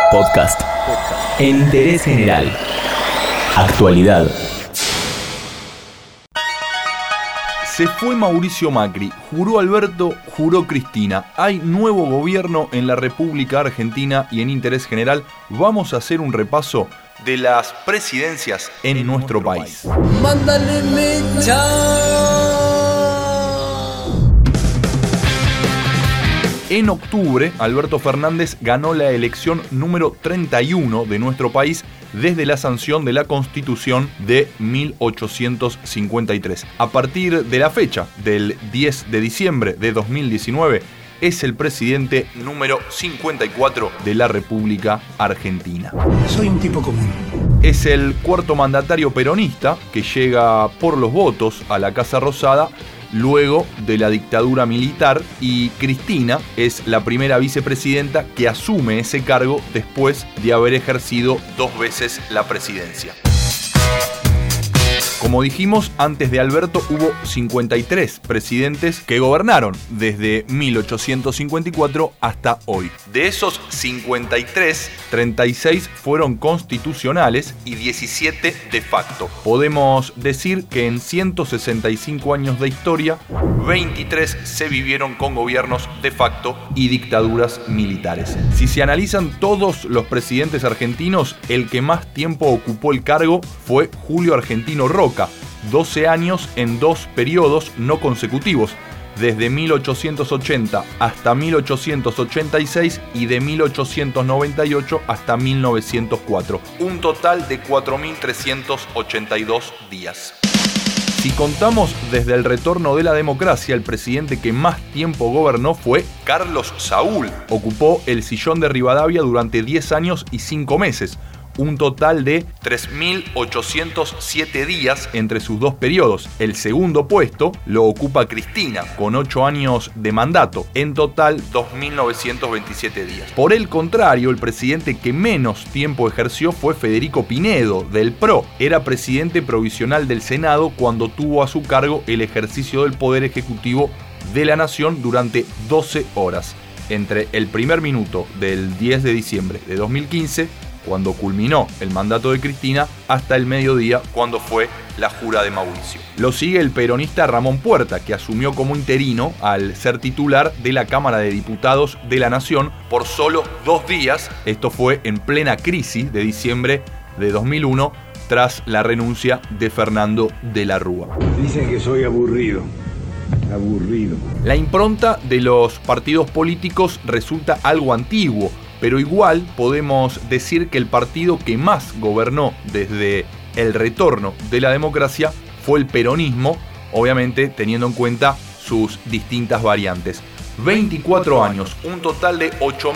Podcast. En interés general. Actualidad. Se fue Mauricio Macri, juró Alberto, juró Cristina. Hay nuevo gobierno en la República Argentina y en interés general vamos a hacer un repaso de las presidencias en nuestro país. Mándale mecha. En octubre, Alberto Fernández ganó la elección número 31 de nuestro país desde la sanción de la Constitución de 1853. A partir de la fecha del 10 de diciembre de 2019, es el presidente número 54 de la República Argentina. Soy un tipo común. Es el cuarto mandatario peronista que llega por los votos a la Casa Rosada luego de la dictadura militar, y Cristina es la primera vicepresidenta que asume ese cargo después de haber ejercido 2 veces la presidencia. Como dijimos, antes de Alberto hubo 53 presidentes que gobernaron desde 1854 hasta hoy. De esos 53, 36 fueron constitucionales y 17 de facto. Podemos decir que en 165 años de historia, 23 se vivieron con gobiernos de facto y dictaduras militares. Si se analizan todos los presidentes argentinos, el que más tiempo ocupó el cargo fue Julio Argentino Roca, 12 años en 2 periodos no consecutivos, desde 1880 hasta 1886 y de 1898 hasta 1904, un total de 4.382 días. Si contamos desde el retorno de la democracia, el presidente que más tiempo gobernó fue Carlos Saúl. Ocupó el sillón de Rivadavia durante 10 años y 5 meses, un total de 3.807 días entre sus 2 periodos. El segundo puesto lo ocupa Cristina, con 8 años de mandato, en total 2.927 días. Por el contrario, el presidente que menos tiempo ejerció fue Federico Pinedo, del PRO. Era presidente provisional del Senado cuando tuvo a su cargo el ejercicio del Poder Ejecutivo de la Nación durante 12 horas, entre el primer minuto del 10 de diciembre de 2015, cuando culminó el mandato de Cristina, hasta el mediodía, cuando fue la jura de Mauricio. Lo sigue el peronista Ramón Puerta, que asumió como interino al ser titular de la Cámara de Diputados de la Nación por solo 2 días. Esto fue en plena crisis de diciembre de 2001, tras la renuncia de Fernando de la Rúa. Dicen que soy aburrido. La impronta de los partidos políticos resulta algo antiguo, pero igual podemos decir que el partido que más gobernó desde el retorno de la democracia fue el peronismo, obviamente teniendo en cuenta sus distintas variantes. 24 años, un total de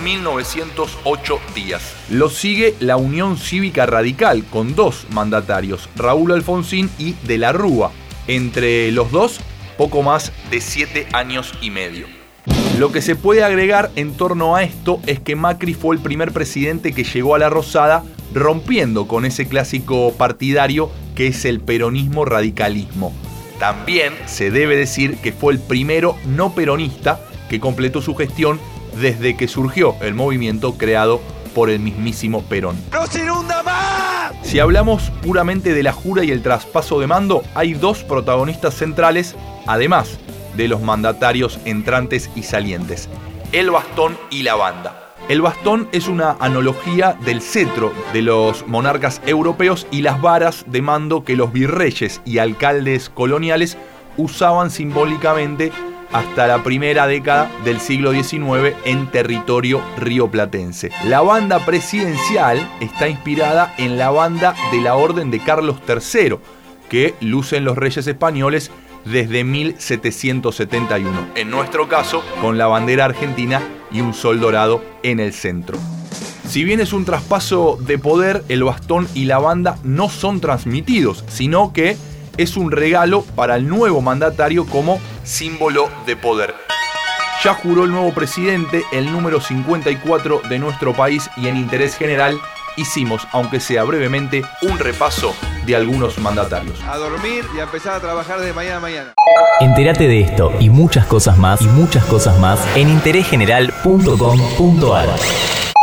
8.908 días. Lo sigue la Unión Cívica Radical, con 2 mandatarios, Raúl Alfonsín y de la Rúa. Entre los dos, poco más de 7 años y medio. Lo que se puede agregar en torno a esto es que Macri fue el primer presidente que llegó a la Rosada rompiendo con ese clásico partidario que es el peronismo-radicalismo. También se debe decir que fue el primero no peronista que completó su gestión desde que surgió el movimiento creado por el mismísimo Perón. ¡No se inunda más! Si hablamos puramente de la jura y el traspaso de mando, hay 2 protagonistas centrales, además de los mandatarios entrantes y salientes: el bastón y la banda. El bastón es una analogía del cetro de los monarcas europeos y las varas de mando que los virreyes y alcaldes coloniales usaban simbólicamente hasta la primera década del siglo XIX en territorio rioplatense. La banda presidencial está inspirada en la banda de la Orden de Carlos III, que lucen los reyes españoles desde 1771. En nuestro caso, con la bandera argentina y un sol dorado en el centro. Si bien es un traspaso de poder, el bastón y la banda no son transmitidos, sino que es un regalo para el nuevo mandatario como símbolo de poder. Ya juró el nuevo presidente, el número 54 de nuestro país, y en interés general hicimos, aunque sea brevemente, un repaso de algunos mandatarios. A dormir y a empezar a trabajar desde mañana. Entérate de esto y muchas cosas más en interésgeneral.com.ar.